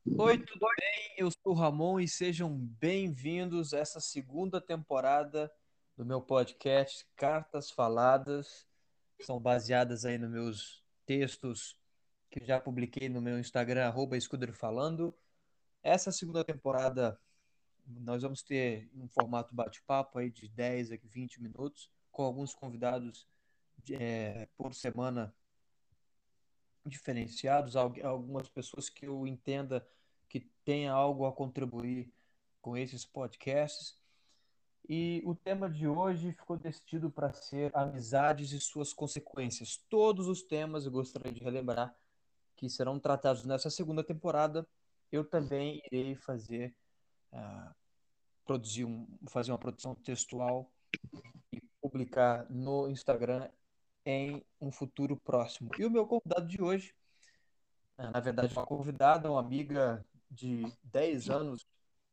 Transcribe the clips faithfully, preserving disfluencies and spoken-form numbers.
Oi, tudo bem? Eu sou o Ramon e sejam bem-vindos a essa segunda temporada do meu podcast Cartas Faladas. São baseadas aí nos meus textos que eu já publiquei no meu Instagram, arroba Escudeiro Falando. Essa segunda temporada nós vamos ter um formato bate-papo aí de dez a vinte minutos, com alguns convidados eh, por semana diferenciados, al- algumas pessoas que eu entenda que tenha algo a contribuir com esses podcasts. E o tema de hoje ficou decidido para ser amizades e suas consequências. Todos os temas eu gostaria de relembrar que serão tratados nessa segunda temporada. Eu também irei fazer, ah, produzir um, fazer uma produção textual e publicar no Instagram em um futuro próximo. E o meu convidado de hoje, é, na verdade, uma convidada, uma amiga de dez anos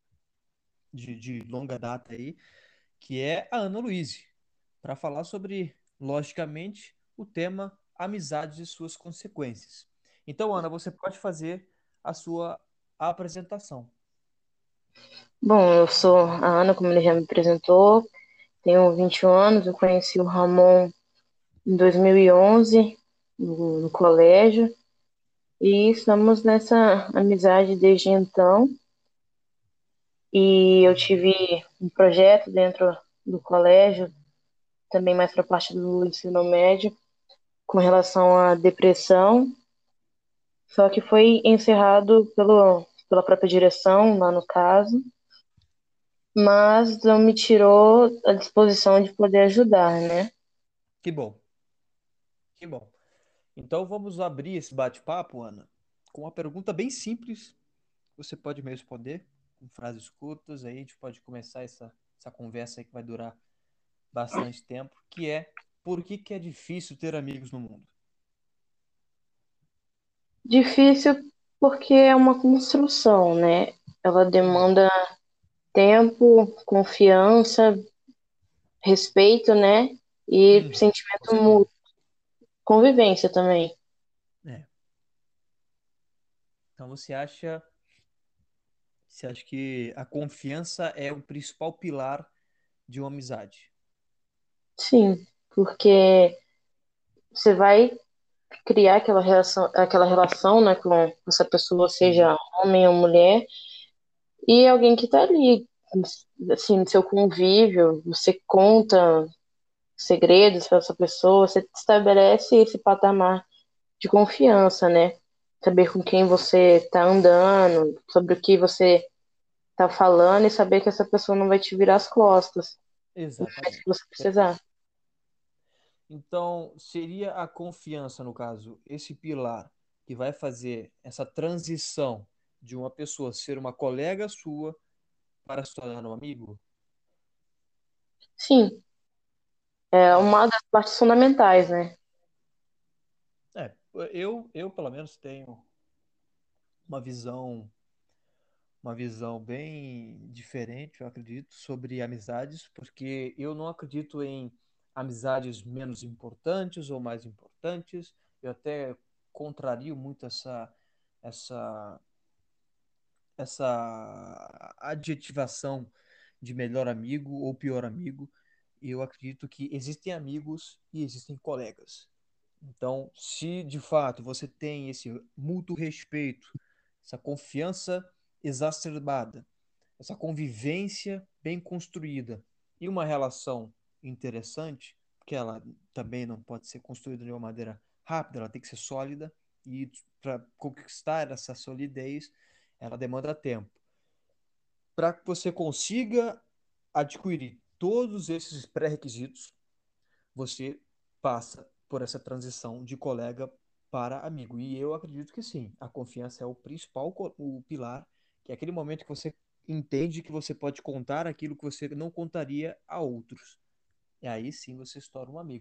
de, de longa data aí, que é a Ana Luíse, para falar sobre, logicamente, o tema amizades e suas consequências. Então, Ana, você pode fazer a sua apresentação. Bom, eu sou a Ana, como ele já me apresentou, tenho vinte e um anos, eu conheci o Ramon em dois mil e onze, no, no colégio, e estamos nessa amizade desde então. E eu Uhum. tive um projeto dentro do colégio, também mais para a parte do ensino médio, com relação à depressão, só que foi encerrado pelo, pela própria direção, lá no caso, mas não me tirou a disposição de poder ajudar, né? Que bom, que bom. Então, vamos abrir esse bate-papo, Ana, com uma pergunta bem simples. Você pode me responder com frases curtas, aí a gente pode começar essa, essa conversa aí que vai durar bastante tempo, que é: por que que é difícil ter amigos no mundo? Difícil porque é uma construção, né? Ela Uhum. demanda tempo, confiança, respeito, né? E Uhum. Com sentimento mútuo, certeza. convivência também. É. Então você acha, você acha que a confiança é o principal pilar de uma amizade? Sim, porque você vai criar aquela relação, aquela relação, né, com essa pessoa, Sim. seja homem ou mulher, e alguém que tá ali, assim, no seu convívio, você conta segredos para essa pessoa, você estabelece esse patamar de confiança, né? Saber com quem você está andando, sobre o que você está falando e saber que essa pessoa não vai te virar as costas, mas que Exatamente. você precisar. Perfeito. Então, seria a confiança, no caso, esse pilar que vai fazer essa transição de uma pessoa ser uma colega sua para se tornar um amigo? Sim, é Hum. uma das partes fundamentais, né? É, eu, eu pelo menos tenho uma visão uma visão bem diferente, eu acredito, sobre amizades, porque eu não acredito em amizades menos importantes ou mais importantes. Eu até contrario muito essa essa essa adjetivação de melhor amigo ou pior amigo. Eu acredito que existem amigos e existem colegas. Então, se de fato você tem esse mútuo respeito, essa confiança exacerbada, essa convivência bem construída e uma relação interessante, porque ela também não pode ser construída de uma maneira rápida, ela tem que ser sólida, e para conquistar essa solidez, ela demanda tempo. Para que você consiga adquirir todos esses pré-requisitos, você passa por essa transição de colega para amigo. E eu acredito que sim, a confiança é o principal co- o pilar, que é aquele momento que você entende que você pode contar aquilo que você não contaria a outros. E aí sim você se torna um amigo.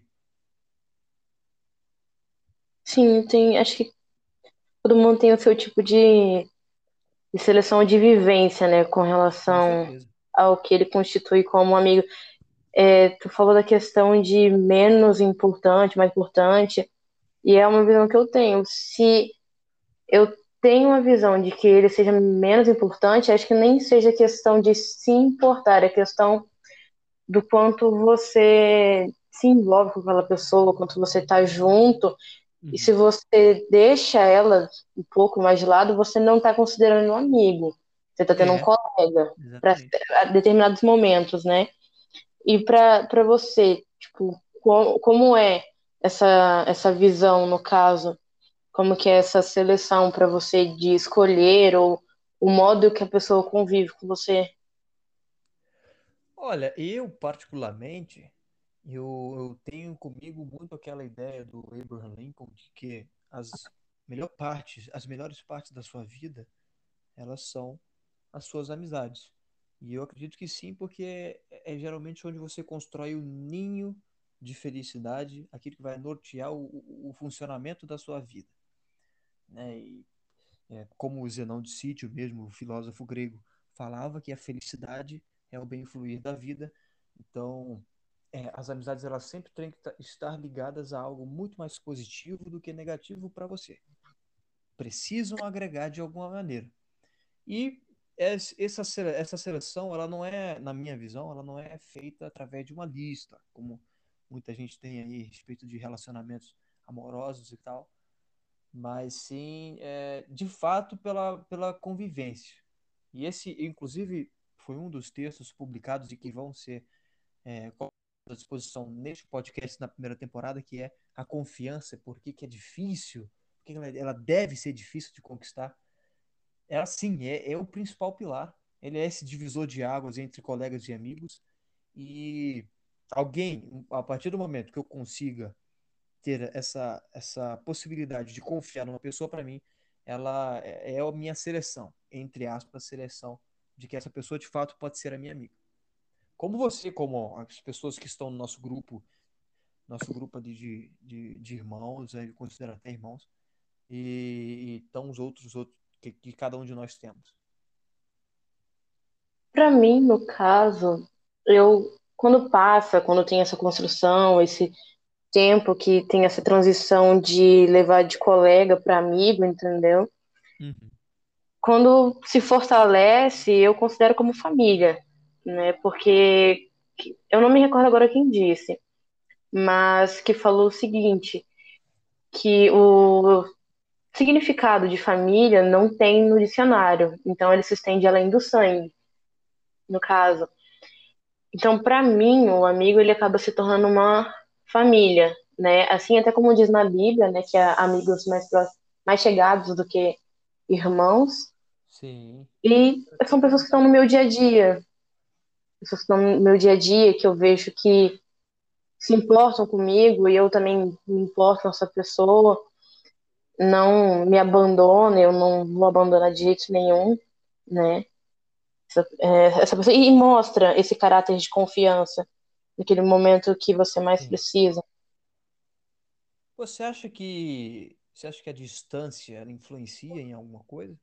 Sim, tem, acho que todo mundo tem o seu tipo de, de seleção de vivência, né, com Com relação certeza. ao que ele constitui como amigo. É, tu falou da questão de menos importante, mais importante, e é uma visão que eu tenho. Se eu tem uma visão de que ele seja menos importante, acho que nem seja questão de se importar, é questão do quanto você se envolve com aquela pessoa, quanto você está junto, e se Uhum. você deixa ela um pouco mais de lado, você não está considerando um amigo, você está tendo um É, colega para exatamente. determinados momentos, né? E para para você, tipo, como, como é essa, essa visão no caso? Como que é essa seleção para você de escolher ou o modo que a pessoa convive com você? Olha, eu particularmente, eu, eu tenho comigo muito aquela ideia do Abraham Lincoln de que as melhor partes, as melhores partes da sua vida, elas são as suas amizades. E eu acredito que sim, porque é, é geralmente onde você constrói o ninho de felicidade, aquilo que vai nortear o, o, o funcionamento da sua vida, né? E é, como o Zenão de Sítio mesmo, o filósofo grego, falava que a felicidade é o bem fluir da vida. Então, é, as amizades elas sempre têm que ta- estar ligadas a algo muito mais positivo do que negativo para você. Precisam agregar de alguma maneira. E es- essa, sele- essa seleção, ela não é, na minha visão, ela não é feita através de uma lista, como muita gente tem aí a respeito de relacionamentos amorosos e tal, mas sim, é, de fato, pela, pela convivência. E esse, inclusive, foi um dos textos publicados e que vão ser é, colocados à disposição neste podcast na primeira temporada, que é a confiança, por que que é difícil, por que ela, ela deve ser difícil de conquistar. É assim, é, é o principal pilar. Ele é esse divisor de águas entre colegas e amigos. E alguém, a partir do momento que eu consiga ter essa, essa possibilidade de confiar numa pessoa, para mim, ela é é a minha seleção, entre aspas, seleção de que essa pessoa de fato pode ser a minha amiga. Como você, como as pessoas que estão no nosso grupo, nosso grupo ali de, de, de irmãos, eu considero até irmãos, e, e estão os outros, outros que, que cada um de nós temos. Para mim, no caso, eu quando passa, quando tem essa construção, esse tempo que tem essa transição de levar de colega para amigo, entendeu? Uhum. Quando se fortalece, eu considero como família, né? Porque eu não me recordo agora quem disse, mas que falou o seguinte, que o significado de família não tem no dicionário, então ele se estende além do sangue, no caso. Então, para mim, o amigo ele acaba se tornando uma família, né? Assim, até como diz na Bíblia, né, que há amigos mais pró- mais chegados do que irmãos, Sim. e são pessoas que estão no meu dia a dia, pessoas que estão no meu dia a dia, que eu vejo que se importam comigo e eu também me importo com essa pessoa, não me abandona, eu não vou abandonar de jeito nenhum, né? Essa, é, essa pessoa, e mostra esse caráter de confiança naquele momento que você mais Sim. precisa. Você acha que você acha que a distância ela influencia em alguma coisa?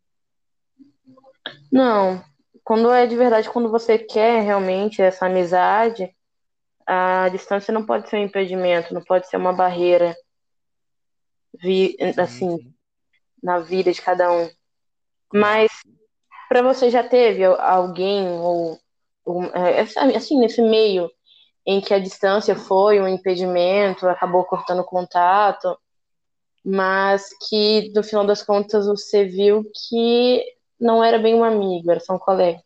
Não, quando é de verdade, quando você quer realmente essa amizade, a distância não pode ser um impedimento, não pode ser uma barreira, vi, Sim, assim, sim. na vida de cada um. Claro. Mas para você já teve alguém ou, ou é, assim nesse meio em que a distância foi um impedimento, acabou cortando contato, mas que no final das contas você viu que não era bem um amigo, era só um colega.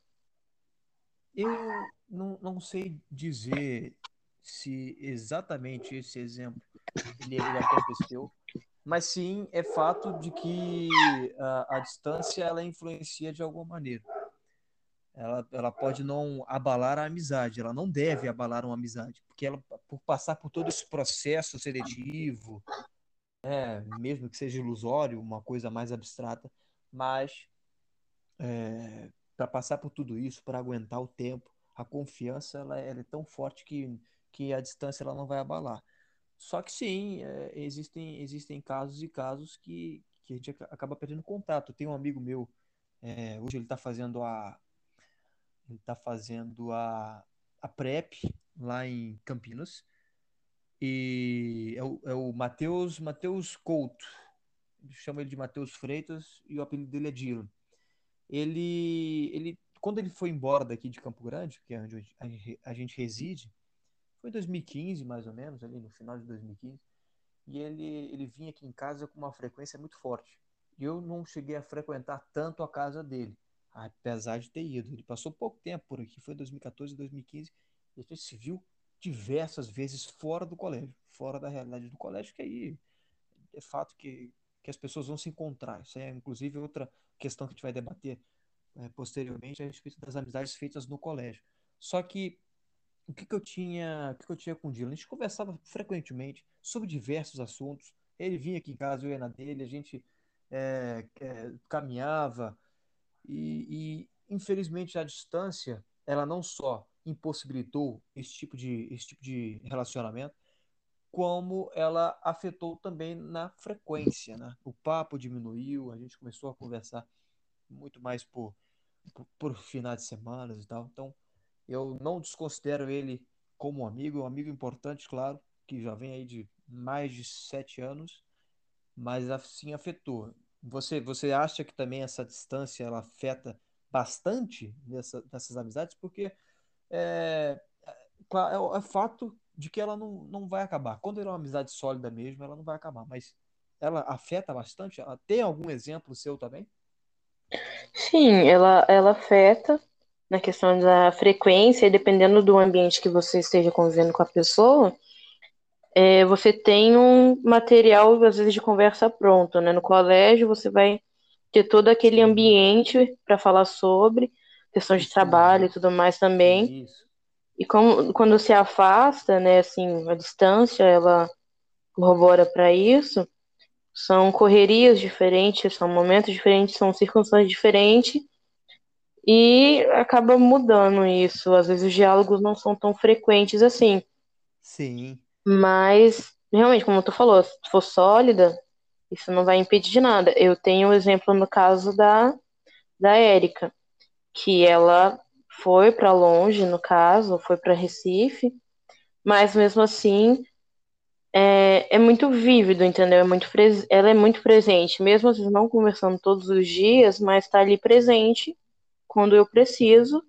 Eu não, não sei dizer se exatamente esse exemplo ele, ele aconteceu, mas sim é fato de que a, a distância ela influencia de alguma maneira. Ela, ela pode não abalar a amizade, ela não deve abalar uma amizade, porque ela, por passar por todo esse processo seletivo, é, mesmo que seja ilusório, uma coisa mais abstrata, mas é, para passar por tudo isso, para aguentar o tempo, a confiança ela, ela é tão forte que, que a distância ela não vai abalar. Só que sim, é, existem, existem casos e casos que, que a gente aca- acaba perdendo contato. Tem um amigo meu, é, hoje ele está fazendo a, ele tá fazendo a, a PrEP lá em Campinas, e é o, é o Matheus, Matheus Couto. chamo ele de Matheus Freitas e o apelido dele é Dylan. Ele, ele, quando ele foi embora daqui de Campo Grande, que é onde a gente a gente reside, foi em dois mil e quinze, mais ou menos, ali no final de dois mil e quinze, e ele, ele vinha aqui em casa com uma frequência muito forte. E eu não cheguei a frequentar tanto a casa dele, apesar de ter ido. Ele passou pouco tempo por aqui, foi dois mil e quatorze, dois mil e quinze, e a gente se viu diversas vezes fora do colégio, fora da realidade do colégio, que aí é fato que, que as pessoas vão se encontrar. Isso é, inclusive, outra questão que a gente vai debater é, posteriormente a respeito das amizades feitas no colégio. Só que o que, que eu tinha, o que, que eu tinha com o Dylan? A gente conversava frequentemente sobre diversos assuntos. Ele vinha aqui em casa, eu ia na dele, a gente é, é, caminhava e, e, infelizmente a distância ela não só impossibilitou esse tipo de, esse tipo de relacionamento, como ela afetou também na frequência, né? O papo diminuiu, a gente começou a conversar muito mais por, por, por finais de semana e tal. Então, eu não desconsidero ele como um amigo, um amigo importante, claro, que já vem aí de mais de sete anos, mas assim afetou. Você, você acha que também essa distância ela afeta bastante nessa, nessas amizades? Porque é, claro, é, é fato de que ela não, não vai acabar. Quando ela é uma amizade sólida mesmo, ela não vai acabar, mas ela afeta bastante. Ela tem algum exemplo seu também? Sim, ela, ela afeta na questão da frequência, e dependendo do ambiente que você esteja convivendo com a pessoa, é, você tem um material, às vezes, de conversa pronto, né? No colégio, você vai ter todo aquele Sim, ambiente para falar sobre questões de estudo, trabalho né? e tudo mais também. Isso. E como, quando se afasta, né, assim, a distância, ela corrobora para isso. São correrias diferentes, são momentos diferentes, são circunstâncias diferentes e acaba mudando isso. Às vezes os diálogos não são tão frequentes assim, Sim, mas realmente, como tu falou, se for sólida, isso não vai impedir de nada. Eu tenho um exemplo no caso da, da Érica, que ela foi para longe, no caso, foi para Recife, mas mesmo assim é, é muito vívido, entendeu? É muito pres... Ela é muito presente, mesmo às vezes não conversando todos os dias, mas está ali presente quando eu preciso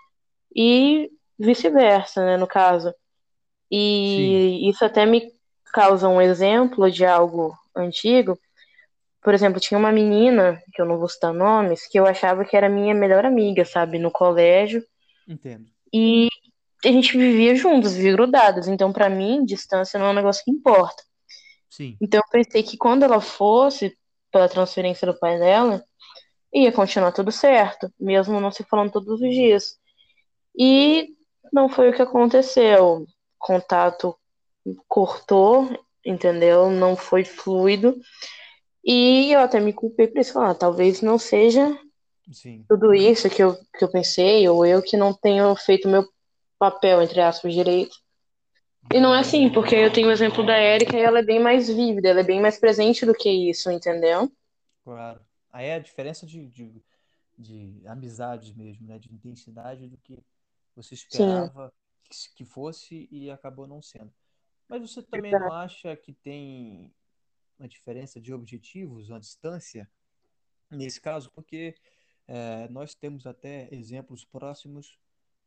e vice-versa, né, no caso. sim, E isso até me causa um exemplo de algo antigo. Por exemplo, tinha uma menina, que eu não vou citar nomes, que eu achava que era minha melhor amiga, sabe, no colégio, entendo. e a gente vivia juntos, vivia grudados. Então, pra mim, distância não é um negócio que importa. Sim, Então, eu pensei que quando ela fosse, pela transferência do pai dela, ia continuar tudo certo, mesmo não se falando todos os dias. E não foi o que aconteceu. O contato cortou, entendeu? Não foi fluido. E eu até me culpei por isso. Falar, ah, talvez não seja sim. tudo isso que eu, que eu pensei, ou eu que não tenho feito meu papel, entre aspas, direito. E não é assim, porque eu tenho o exemplo da Erika e ela é bem mais vívida, ela é bem mais presente do que isso, entendeu? Claro. Aí é a diferença de, de, de amizades mesmo, né? De intensidade do que você Sim, esperava que s- que fosse e acabou não sendo. Mas você também não exato. acha que tem uma diferença de objetivos, uma distância nesse caso? Porque eh, nós temos até exemplos próximos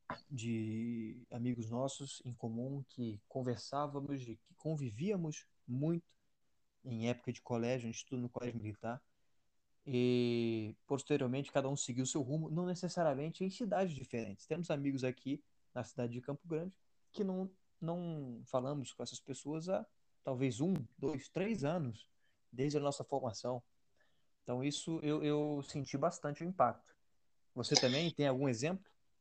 de amigos nossos em comum que conversávamos, e que convivíamos muito em época de colégio, a gente estuda no colégio militar, e posteriormente cada um seguiu seu rumo, não necessariamente em cidades diferentes. Temos amigos aqui na cidade de Campo Grande que não, não falamos com essas pessoas há talvez um, dois, três anos, desde a nossa formação. Então isso eu, eu senti bastante o impacto. Você também tem algum exemplo?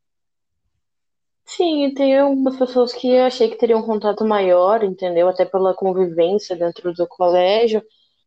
Sim, tem algumas pessoas que eu achei que teriam um contato maior, entendeu? Até pela convivência dentro do colégio,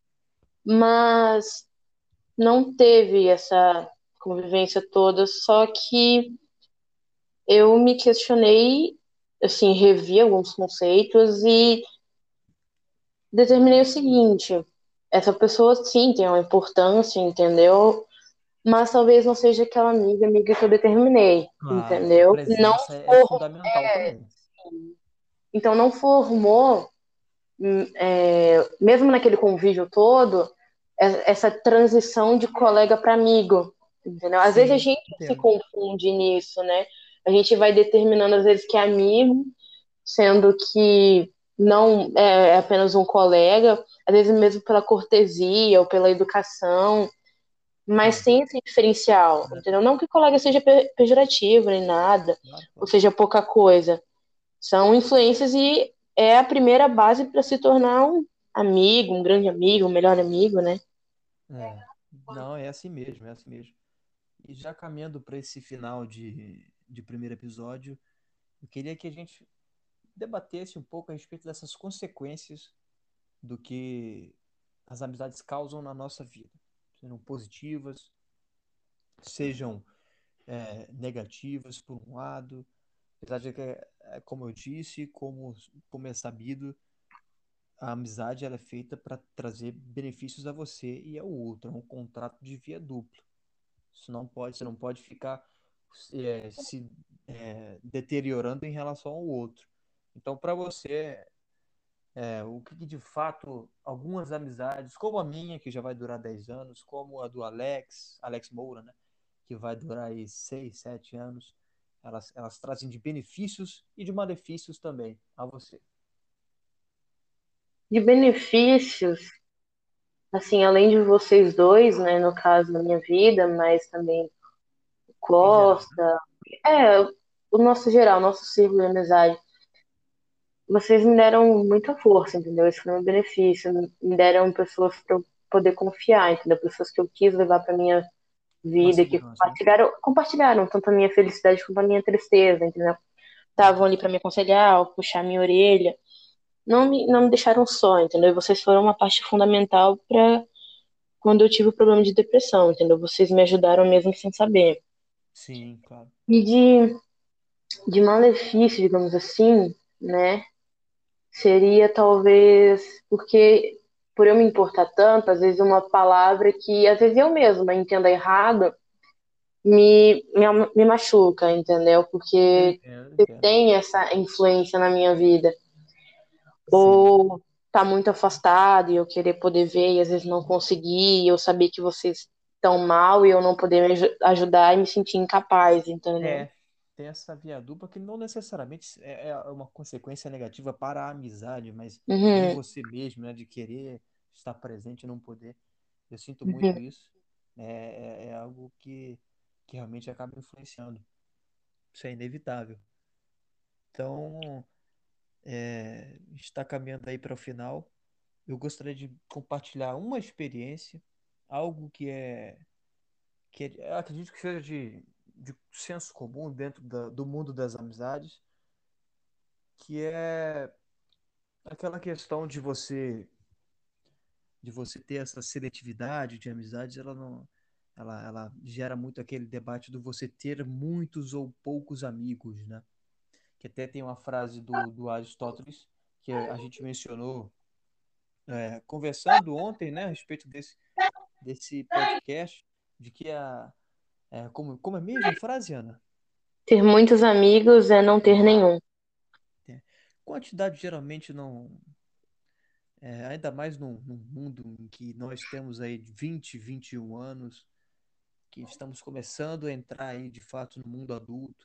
mas não teve essa convivência toda, só que eu me questionei, assim, revi alguns conceitos e determinei o seguinte: essa pessoa sim tem uma importância, entendeu? Mas talvez não seja aquela amiga, amiga que eu determinei, Claro, a entendeu? Não presença é for, fundamental também. então não formou, hum, é, mesmo naquele convívio todo. é- essa transição de colega para amigo, entendeu? Às vezes a Sim, gente se entendo. confunde nisso, né? A gente vai determinando às vezes que é amigo, sendo que não é apenas um colega, às vezes mesmo pela cortesia ou pela educação, mas Sim, tem esse diferencial, é, entendeu? Não que colega seja pe- pejorativo nem nada, claro, ou claro. seja pouca coisa. São influências e é a primeira base para se tornar um amigo, um grande amigo, um melhor amigo, né? É. Não, é assim mesmo, é assim mesmo. E já caminhando para esse final de, de primeiro episódio, eu queria que a gente debatesse um pouco a respeito dessas consequências do que as amizades causam na nossa vida. Sejam positivas, sejam é, negativas, por um lado. Apesar de que, é, como eu disse, como, como é sabido, a amizade ela é feita para trazer benefícios a você e ao outro. É um contrato de via dupla. Isso não pode, você não pode ficar é, se é, deteriorando em relação ao outro. Então, para você, é, o que que de fato algumas amizades, como a minha, que já vai durar dez anos, como a do Alex, Alex Moura, né, que vai durar aí seis sete anos, elas, elas trazem de benefícios e de malefícios também a você. De benefícios, assim, além de vocês dois, né, no caso da minha vida, mas também o Em geral, né? Costa, é, o nosso geral, nosso círculo de amizade. Vocês me deram muita força, entendeu? Esse foi um benefício. Me deram pessoas para eu poder confiar, entendeu? Pessoas que eu quis levar para minha Uma vida, que segurança, né? compartilharam, compartilharam tanto a minha felicidade quanto a minha tristeza, entendeu? Estavam ali para me aconselhar, puxar minha orelha. Não me, não me deixaram só, entendeu? E vocês foram uma parte fundamental para quando eu tive o problema de depressão, entendeu? Vocês me ajudaram mesmo sem saber. Sim, claro. E de, de malefício, digamos assim, né? Seria talvez porque, por eu me importar tanto, às vezes uma palavra que às vezes eu mesma entenda errado me, me, me machuca, entendeu? Eu Porque entendo, eu você entendo. tem essa influência na minha vida. Sim. Ou tá muito afastado e eu querer poder ver e às vezes não conseguir, e eu saber que vocês estão mal e eu não poder me aju- ajudar e me sentir incapaz, entendeu? É, tem essa via dupla que não necessariamente é é uma consequência negativa para a amizade, mas em Uhum, você mesmo, né, de querer estar presente e não poder. Eu sinto muito uhum. isso. É, é, é algo que, que realmente acaba influenciando. Isso é inevitável. Então, é, está caminhando aí para o final. Eu gostaria de compartilhar uma experiência, algo que é, que é, eu acredito que seja de, de senso comum dentro da- do mundo das amizades, que é aquela questão de você de você ter essa seletividade de amizades, ela não ela, ela gera muito aquele debate do você ter muitos ou poucos amigos, né? Que até tem uma frase do, do Aristóteles que a gente mencionou é, conversando ontem, né, a respeito desse, desse podcast, de que a é, como, como é mesmo a frase, Ana? Ter muitos amigos é não ter nenhum. É, quantidade geralmente não. É, ainda mais num, num mundo em que nós temos aí vinte, vinte e um anos, que estamos começando a entrar aí de fato no mundo adulto.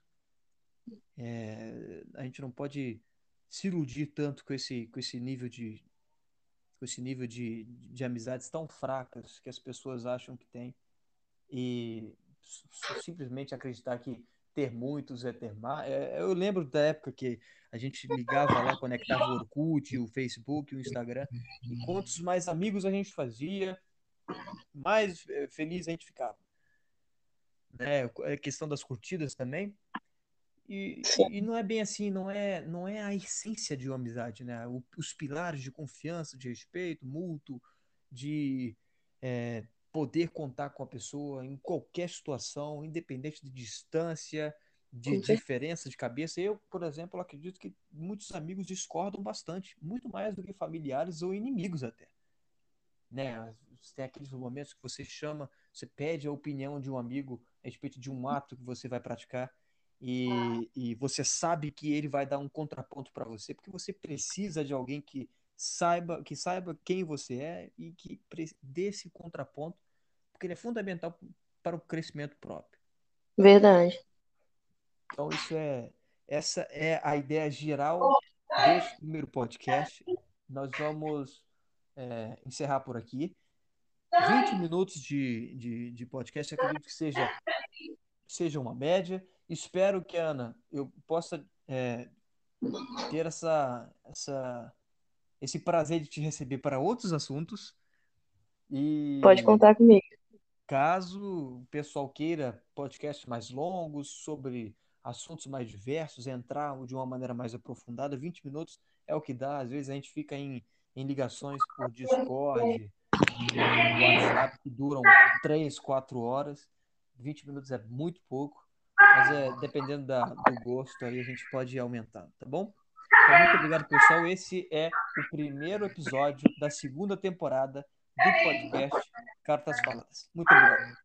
É, a gente não pode se iludir tanto com esse, com esse nível de, com esse nível de, de amizades tão fracas que as pessoas acham que tem. E s- simplesmente acreditar que ter muitos é ter mais. Eu lembro da época que a gente ligava lá, conectava o Orkut, o Facebook, o Instagram, e quantos mais amigos a gente fazia, mais eh, feliz a gente ficava. Né? A questão das curtidas também. E, Sim, e, e não é bem assim, não é, não é a essência de uma amizade, né? O- os pilares de confiança, de respeito mútuo, de é, poder contar com a pessoa em qualquer situação, independente de distância, de com certeza. diferença de cabeça. Eu, por exemplo, acredito que muitos amigos discordam bastante, muito mais do que familiares ou inimigos até, né? Tem aqueles momentos que você chama, você pede a opinião de um amigo a respeito de um ato que você vai praticar e, e você sabe que ele vai dar um contraponto para você, porque você precisa de alguém que saiba, que saiba quem você é e que pre- dê esse contraponto, porque ele é fundamental para o crescimento próprio. Verdade. Então, isso é, essa é a ideia geral deste primeiro podcast. Nós vamos é, encerrar por aqui. Vinte minutos de, de, de podcast, acredito que seja, seja uma média. Espero que, Ana, eu possa é, ter essa, essa, esse prazer de te receber para outros assuntos. Pode E contar comigo. caso o pessoal queira podcasts mais longos, sobre assuntos mais diversos, entrar de uma maneira mais aprofundada, vinte minutos é o que dá. Às vezes a gente fica em, em ligações por Discord, por WhatsApp, que duram três quatro horas. Vinte minutos é muito pouco, mas é dependendo da, do gosto, aí a gente pode ir aumentando, tá bom? Então, muito obrigado, pessoal. Esse é o primeiro episódio da segunda temporada do podcast Cartas Faladas. Muito obrigado.